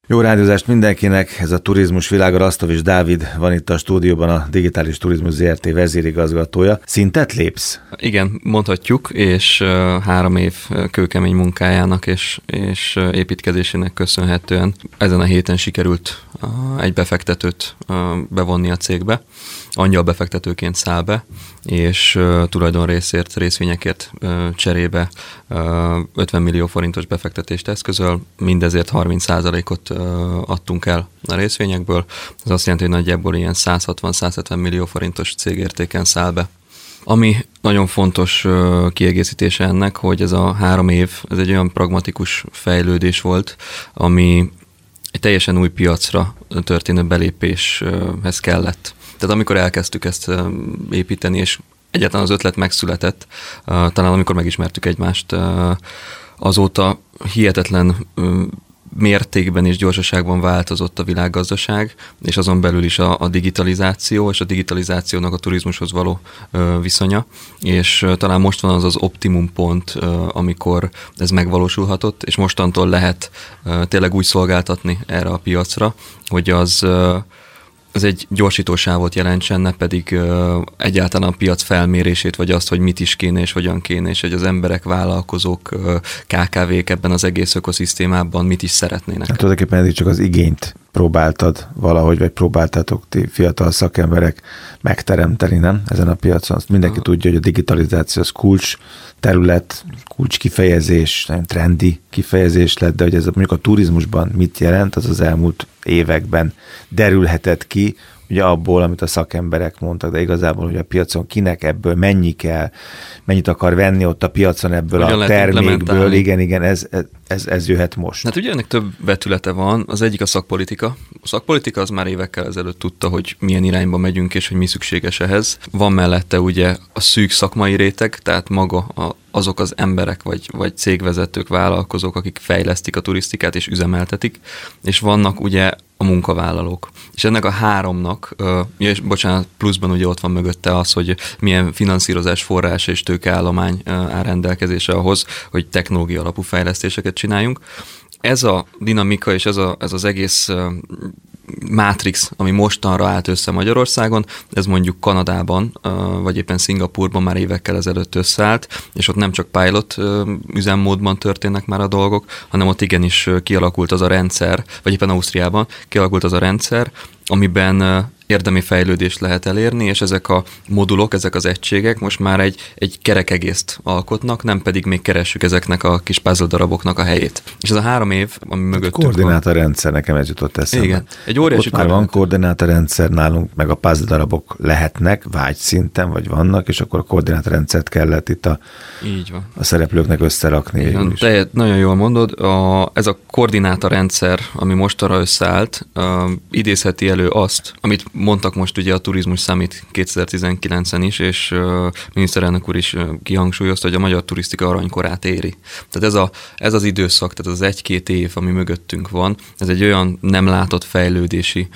Jó rádiózást mindenkinek, ez a Turizmus világa. Rasztovics Dávid van itt a stúdióban, a Digitális Turizmus Zrt. Vezérigazgatója. Szintet lépsz? Igen, mondhatjuk, és 3 év kőkemény munkájának és építkezésének köszönhetően ezen a héten sikerült egy befektetőt bevonni a cégbe. Angyal befektetőként száll be, és tulajdonrészért, részvényekért cserébe 50 millió forintos befektetést eszközöl, mindezért 30%-ot adtunk el a részvényekből. Ez azt jelenti, hogy nagyjából ilyen 160-170 millió forintos cégértéken száll be. Ami nagyon fontos kiegészítése ennek, hogy ez a 3 év, ez egy olyan pragmatikus fejlődés volt, ami egy teljesen új piacra történő belépéshez kellett. Tehát amikor elkezdtük ezt építeni, és egyáltalán az ötlet megszületett, talán amikor megismertük egymást, azóta hihetetlen mértékben és gyorsaságban változott a világgazdaság, és azon belül is a digitalizáció, és a digitalizációnak a turizmushoz való viszonya, és talán most van az az optimum pont, amikor ez megvalósulhatott, és mostantól lehet tényleg úgy szolgáltatni erre a piacra, hogy ez egy gyorsítósávot jelentsen, ne pedig egyáltalán a piac felmérését, vagy azt, hogy mit is kéne és hogyan kéne, és hogy az emberek, vállalkozók, KKV-k ebben az egész ökoszisztémában mit is szeretnének. Hát tulajdonképpen eddig csak az igényt próbáltad valahogy, vagy próbáltátok ti fiatal szakemberek megteremteni, nem? Ezen a piacon. Azt mindenki tudja, hogy a digitalizáció az kulcs terület, kulcs kifejezés, nagyon trendi kifejezés lett, de hogy ez mondjuk a turizmusban mit jelent, az az elmúlt években derülhetett ki, ugye abból, amit a szakemberek mondtak, de igazából, hogy a piacon kinek ebből mennyi kell, mennyit akar venni ott a piacon ebből a termékből, igen, ez jöhet most. Hát ugye ennek több vetülete van, az egyik a szakpolitika. A szakpolitika az már évekkel ezelőtt tudta, hogy milyen irányba megyünk, és hogy mi szükséges ehhez. Van mellette ugye a szűk szakmai réteg, tehát maga azok az emberek, vagy cégvezetők, vállalkozók, akik fejlesztik a turisztikát és üzemeltetik, és vannak ugye a munkavállalók. És ennek a 3-nak, és bocsánat, pluszban ugye ott van mögötte az, hogy milyen finanszírozás forrás és tőkeállomány áll rendelkezésre ahhoz, hogy technológia alapú fejlesztéseket csináljunk. Ez a dinamika és ez az egész mátrix, ami mostanra állt össze Magyarországon, ez mondjuk Kanadában, vagy éppen Szingapúrban már évekkel ezelőtt összeállt, és ott nem csak pilot üzemmódban történnek már a dolgok, hanem ott igenis kialakult az a rendszer, vagy éppen Ausztriában kialakult az a rendszer, amiben érdemi fejlődést lehet elérni, és ezek a modulok, ezek az egységek most már egy kerek egészt alkotnak, nem pedig még keressük ezeknek a kis puzzle daraboknak a helyét. És ez a 3 év, ami mögöttünk van. Koordinátorrendszer, nekem ez jutott eszembe. Igen. Egy óriási ott már van koordinátorrendszer nálunk, meg a puzzle darabok lehetnek, vágyszinten, vagy vannak, és akkor a koordinátorrendszert kellett itt így van. A szereplőknek összerakni. Igen, nagyon jól mondod, ez a koordinátorrendszer, ami mostanra összeállt, idézheti elő azt, amit mondtak most ugye a Turizmus Summit 2019-en is, és miniszterelnök úr is kihangsúlyozta, hogy a magyar turisztika aranykorát éri. Tehát ez az időszak, tehát az 1-2 év, ami mögöttünk van, ez egy olyan nem látott fejlődési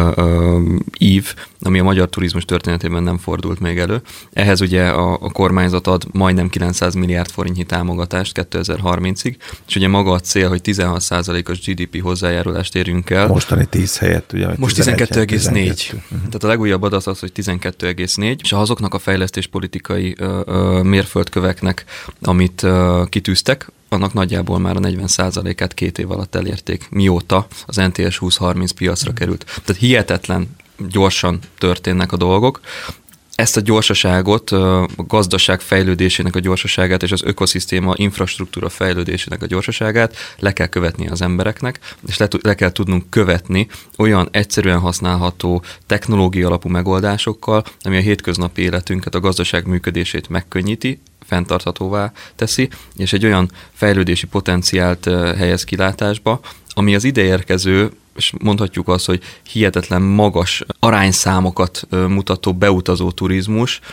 ív, ami a magyar turizmus történetében nem fordult még elő. Ehhez ugye a kormányzat ad majdnem 900 milliárd forintnyi támogatást 2030-ig, és ugye maga a cél, hogy 16%-os GDP hozzájárulást érjünk el. Mostani 10 helyett, ugye? Most 12,4. Tehát a legújabb adat az, hogy 12,4, és azoknak a fejlesztéspolitikai mérföldköveknek, amit kitűztek, annak nagyjából már a 40%-át 2 év alatt elérték, mióta az NTS 2030 piacra került. Tehát hihetetlen gyorsan történnek a dolgok. Ezt a gyorsaságot, a gazdaság fejlődésének a gyorsaságát és az ökoszisztéma infrastruktúra fejlődésének a gyorsaságát le kell követni az embereknek, és le kell tudnunk követni olyan egyszerűen használható technológia alapú megoldásokkal, ami a hétköznapi életünket, a gazdaság működését megkönnyíti, fenntarthatóvá teszi, és egy olyan fejlődési potenciált helyez kilátásba, ami az ideérkező, és mondhatjuk azt, hogy hihetetlen magas arányszámokat mutató beutazó turizmus, ezt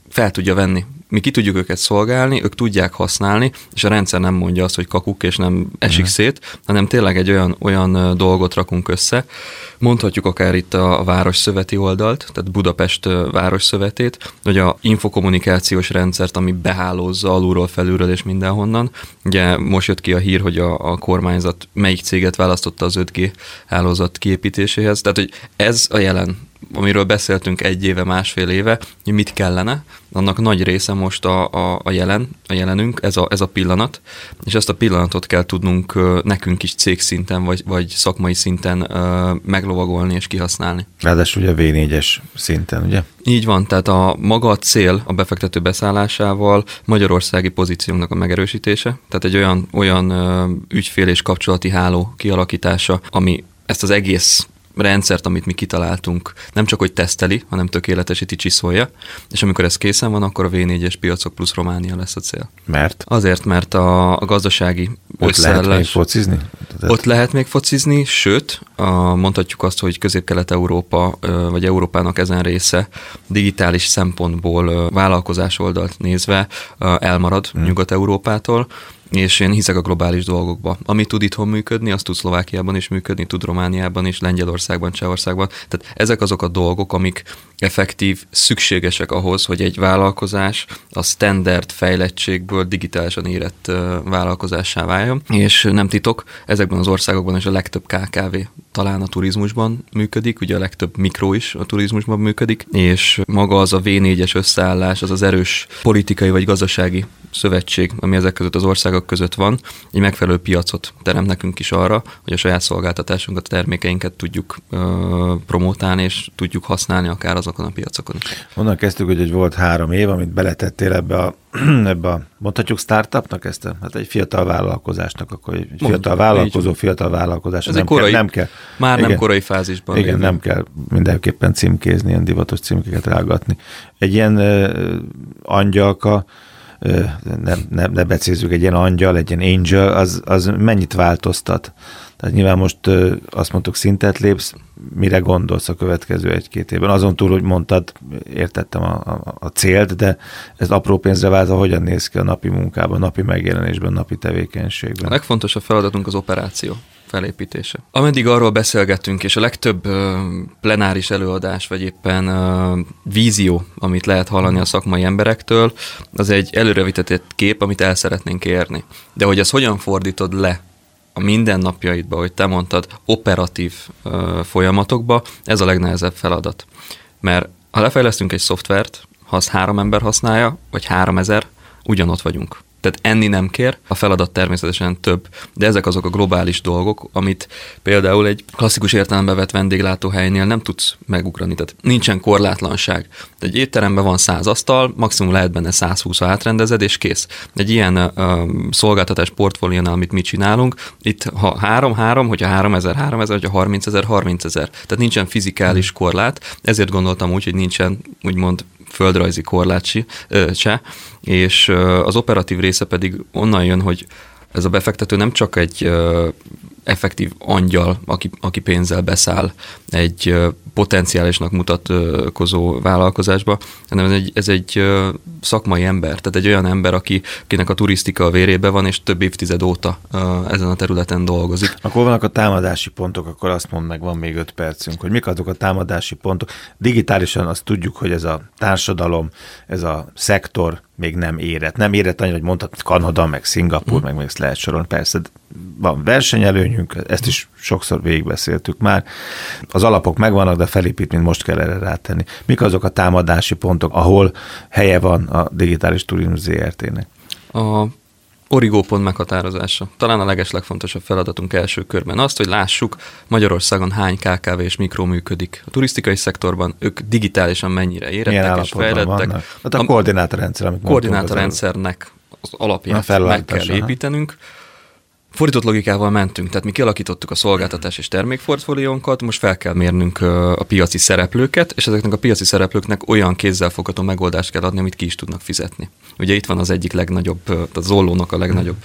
fel tudja venni. Mi ki tudjuk őket szolgálni, ők tudják használni, és a rendszer nem mondja azt, hogy kakuk, és nem esik szét, hanem tényleg egy olyan dolgot rakunk össze. Mondhatjuk akár itt a Városszöveti oldalt, tehát Budapest Városszövetét, hogy a infokommunikációs rendszert, ami behálózza alulról, felülről és mindenhonnan. Ugye most jött ki a hír, hogy a kormányzat melyik céget választotta az 5G hálózat kiépítéséhez. Tehát, hogy ez a jelen, amiről beszéltünk 1 éve, másfél éve, hogy mit kellene, annak nagy része most a jelenünk, ez a pillanat, és ezt a pillanatot kell tudnunk nekünk is cégszinten, vagy szakmai szinten meglovagolni és kihasználni. Ráadásul ugye V4-es szinten, ugye? Így van, tehát maga a cél a befektető beszállásával magyarországi pozíciónknak a megerősítése, tehát egy olyan ügyfél és kapcsolati háló kialakítása, ami ezt az egész rendszert, amit mi kitaláltunk, nem csak hogy teszteli, hanem tökéletesíti, csiszolja, és amikor ez készen van, akkor a V4-es piacok plusz Románia lesz a cél. Mert? Azért, mert a gazdasági összeállás... Ott lehet még focizni? Ott lehet még focizni, sőt, mondhatjuk azt, hogy Közép-Kelet-Európa, vagy Európának ezen része digitális szempontból vállalkozás oldalt nézve elmarad Nyugat-Európától, és én hiszek a globális dolgokba. Ami tud itthon működni, az tud Szlovákiában is működni, tud Romániában is, Lengyelországban, Csehországban. Tehát ezek azok a dolgok, amik effektív, szükségesek ahhoz, hogy egy vállalkozás a standard fejlettségből digitálisan érett vállalkozássá váljon. És nem titok, ezekben az országokban is a legtöbb KKV talán a turizmusban működik, ugye a legtöbb mikro is a turizmusban működik, és maga az a V4-es összeállás, az az erős politikai vagy gazdasági szövetség, ami ezek között az országok között van, egy megfelelő piacot teremt nekünk is arra, hogy a saját szolgáltatásunkat, a termékeinket tudjuk promotálni, és tudjuk használni akár azokon a piacokon is. Onnan kezdtük, hogy volt 3 év, amit beletettél ebbe a mondhatjuk startupnak ezt? Hát egy fiatal vállalkozásnak, akkor egy fiatal vállalkozó, fiatal vállalkozás. Ez nem kell. Már igen, nem korai fázisban. Igen, nem kell mindenképpen címkézni, ilyen divatos címkéket rágatni. Egy ilyen angyalka, ne becézzük, egy ilyen angyal, egy ilyen angel, az mennyit változtat? Tehát nyilván most azt mondtuk, szintet lépsz, mire gondolsz a következő 1-2 évben? Azon túl, hogy mondtad, értettem a célt, de ez apró pénzre váltva hogyan néz ki a napi munkában, napi megjelenésben, napi tevékenységben? A legfontosabb feladatunk az operáció felépítése. Ameddig arról beszélgettünk, és a legtöbb plenáris előadás, vagy éppen vízió, amit lehet hallani a szakmai emberektől, az egy előrevitett kép, amit el szeretnénk érni. De hogy ezt hogyan fordítod le a mindennapjaidba, hogy te mondtad, operatív folyamatokba, ez a legnehezebb feladat. Mert ha lefejlesztünk egy szoftvert, ha azt 3 ember használja, vagy 3000, ugyanott vagyunk. Tehát enni nem kér, a feladat természetesen több, de ezek azok a globális dolgok, amit például egy klasszikus értelembe vett vendéglátóhelynél nem tudsz megugrani, tehát nincsen korlátlanság. Egy étteremben van 100 asztal, maximum lehet benne 120, ha átrendezed, és kész. Egy ilyen szolgáltatás portfóliónál, amit mi csinálunk, itt ha 3, hogyha 3000, hogyha 30 000. Tehát nincsen fizikális korlát, ezért gondoltam úgy, hogy nincsen úgymond földrajzi korlát se, és az operatív része pedig onnan jön, hogy ez a befektető nem csak egy effektív angyal, aki pénzzel beszáll egy potenciálisnak mutatkozó vállalkozásba, hanem ez egy szakmai ember, tehát egy olyan ember, akinek a turisztika a vérébe van, és több évtized óta ezen a területen dolgozik. Akkor vannak a támadási pontok, akkor azt mondd meg, van még 5 percünk, hogy mik azok a támadási pontok. Digitálisan azt tudjuk, hogy ez a társadalom, ez a szektor még nem érett. Nem érett annyira, hogy mondhatod, Kanada, meg Szingapúr, meg ezt lehet sorolni. Persze van versenyelőnyünk, ezt is sokszor végigbeszéltük már. Az alapok megvannak, de a felépítményt most kell erre rátenni. Mik azok a támadási pontok, ahol helye van a Digitális Turizmus ZRT-nek? A origópont meghatározása. Talán a legeslegfontosabb feladatunk első körben azt, hogy lássuk, Magyarországon hány KKV és mikro működik. A turisztikai szektorban ők digitálisan mennyire érettek és fejlettek. Hát a koordinátorrendszer, amit koordinátorrendszernek az alapját meg kell építenünk. Fordított logikával mentünk, tehát mi kialakítottuk a szolgáltatás és termékportfóliónkat, most fel kell mérnünk a piaci szereplőket, és ezeknek a piaci szereplőknek olyan kézzelfogható megoldást kell adni, amit ki is tudnak fizetni. Ugye itt van az egyik legnagyobb, a Zollónak a legnagyobb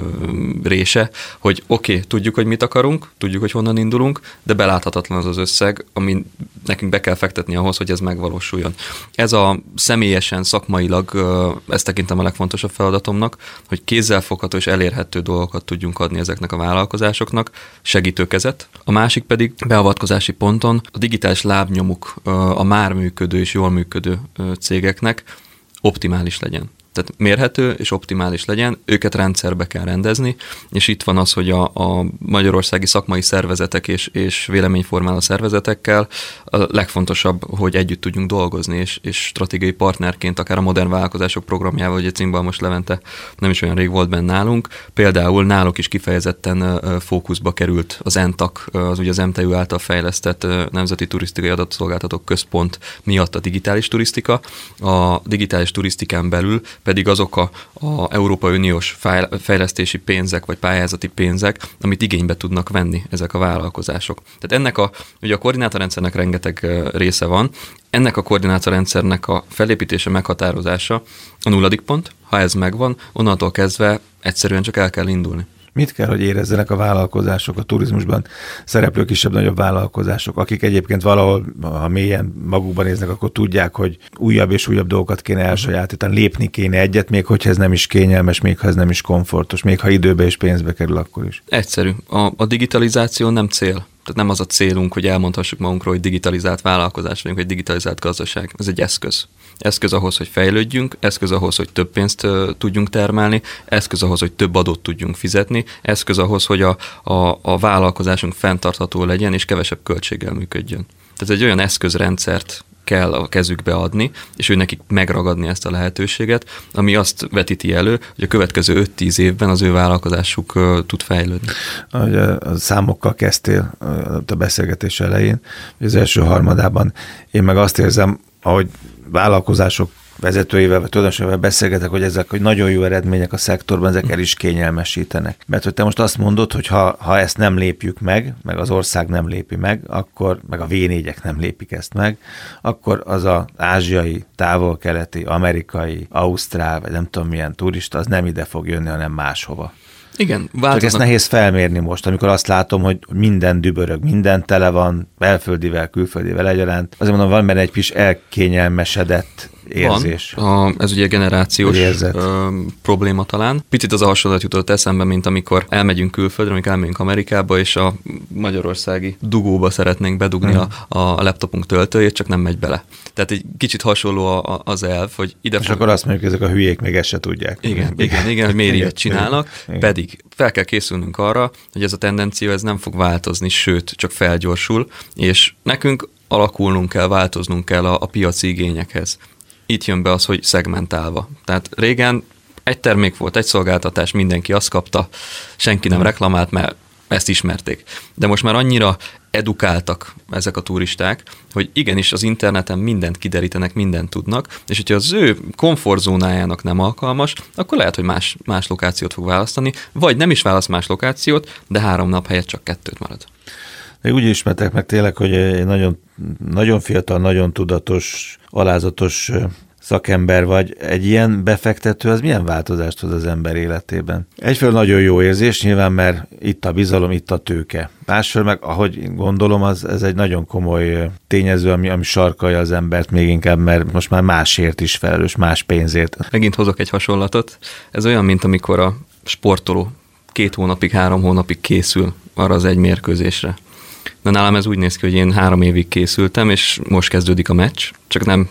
rése, hogy oké, tudjuk, hogy mit akarunk, tudjuk, hogy honnan indulunk, de beláthatatlan az az összeg, ami nekünk be kell fektetni ahhoz, hogy ez megvalósuljon. Ez a személyesen, szakmailag, ezt tekintem a legfontosabb feladatomnak, hogy kézzelfogható és elérhető dolgokat tudjunk adni ezeknek a vállalkozásoknak, segítőkezet. A másik pedig beavatkozási ponton a digitális lábnyomuk a már működő és jól működő cégeknek optimális legyen. Tehát mérhető és optimális legyen, őket rendszerbe kell rendezni, és itt van az, hogy a magyarországi szakmai szervezetek és véleményformáló szervezetekkel a legfontosabb, hogy együtt tudjunk dolgozni, és stratégiai partnerként, akár a modern vállalkozások programjával, ugye Cimbalmos Levente nem is olyan rég volt benne nálunk, például náluk is kifejezetten fókuszba került az ENTAK, az ugye az MTU által fejlesztett Nemzeti Turisztikai Adatszolgáltatók Központ miatt a digitális turisztika. A digitális turisztikán belül pedig azok a Európai Uniós fejlesztési pénzek, vagy pályázati pénzek, amit igénybe tudnak venni ezek a vállalkozások. Tehát ugye a koordinátorrendszernek rengeteg része van, ennek a koordinátorrendszernek a felépítése, meghatározása a 0. pont, ha ez megvan, onnantól kezdve egyszerűen csak el kell indulni. Mit kell, hogy érezzenek a vállalkozások, a turizmusban szereplő kisebb-nagyobb vállalkozások, akik egyébként valahol, ha mélyen magukban néznek, akkor tudják, hogy újabb és újabb dolgokat kéne elsajátítani, lépni kéne egyet, még hogyha ez nem is kényelmes, még ha ez nem is komfortos, még ha időbe és pénzbe kerül, akkor is. Egyszerű. A digitalizáció nem cél. Tehát nem az a célunk, hogy elmondhassuk magunkról, hogy digitalizált vállalkozás vagyunk, vagy digitalizált gazdaság. Ez egy eszköz. Eszköz ahhoz, hogy fejlődjünk, eszköz ahhoz, hogy több pénzt tudjunk termelni, eszköz ahhoz, hogy több adót tudjunk fizetni, eszköz ahhoz, hogy a vállalkozásunk fenntartható legyen, és kevesebb költséggel működjön. Tehát egy olyan eszközrendszert kell a kezükbe adni, és ő nekik megragadni ezt a lehetőséget, ami azt vetíti elő, hogy a következő 5-10 évben az ő vállalkozásuk tud fejlődni. A számokkal kezdtél a beszélgetés elején, az első harmadában én meg azt érzem, ahogy vállalkozások vezetőivel, vagy tulajdonosével beszélgetek, hogy ezek hogy nagyon jó eredmények a szektorban, ezek el is kényelmesítenek. Mert hogy te most azt mondod, hogy ha ezt nem lépjük meg az ország nem lépi meg, akkor, meg a V4-ek nem lépik ezt meg, akkor az az ázsiai, távol-keleti, amerikai, ausztrál, vagy nem tudom milyen turista, az nem ide fog jönni, hanem máshova. Igen, csak ezt nehéz felmérni most, amikor azt látom, hogy minden dübörög, minden tele van, belföldivel, külföldivel egyaránt. Azért mondom, van benne egy kis elkényelmesedett érzés. Van. Ez ugye generációs probléma talán. Picit az a hasonlat jutott eszembe, mint amikor elmegyünk külföldre, amikor elmegyünk Amerikába, és a magyarországi dugóba szeretnénk bedugni a laptopunk töltőjét, csak nem megy bele. Tehát egy kicsit hasonló az elv, hogy ide... És akkor azt mondjuk, hogy ezek a hülyék még ezt se tudják. Igen, hogy miért ilyet csinálnak, pedig fel kell készülnünk arra, hogy ez a tendencia ez nem fog változni, sőt, csak felgyorsul, és nekünk alakulnunk kell, változnunk kell a piaci igényekhez. Itt jön be az, hogy szegmentálva. Tehát régen egy termék volt, egy szolgáltatás, mindenki azt kapta, senki nem reklamált, mert ezt ismerték. De most már annyira edukáltak ezek a turisták, hogy igenis az interneten mindent kiderítenek, mindent tudnak, és hogyha az ő komfortzónájának nem alkalmas, akkor lehet, hogy más lokációt fog választani, vagy nem is választ más lokációt, de 3 nap helyett csak 2 marad. Még úgy ismertek meg tényleg, hogy egy nagyon, nagyon fiatal, nagyon tudatos, alázatos szakember vagy. Egy ilyen befektető, az milyen változást hoz az ember életében? Egyfelől nagyon jó érzés, nyilván, mert itt a bizalom, itt a tőke. Másfelől meg, ahogy gondolom, ez egy nagyon komoly tényező, ami sarkalja az embert még inkább, mert most már másért is felelős, más pénzért. Megint hozok egy hasonlatot. Ez olyan, mint amikor a sportoló 2 hónapig, 3 hónapig készül arra az egy mérkőzésre. De nálam ez úgy néz ki, hogy én 3 évig készültem, és most kezdődik a meccs, csak nem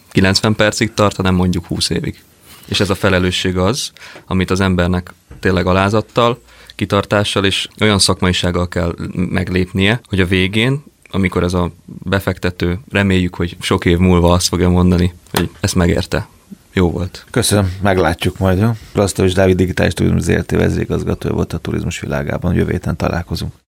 90 percig tart, hanem mondjuk 20 évig. És ez a felelősség az, amit az embernek tényleg alázattal, kitartással és olyan szakmaisággal kell meglépnie, hogy a végén, amikor ez a befektető, reméljük, hogy sok év múlva azt fogja mondani, hogy ezt megérte. Jó volt. Köszönöm, meglátjuk majd. Jó? Rasztovics Dávid digitális turizmus ZRT vezérigazgatója volt a turizmus világában. Jövő héten találkozunk.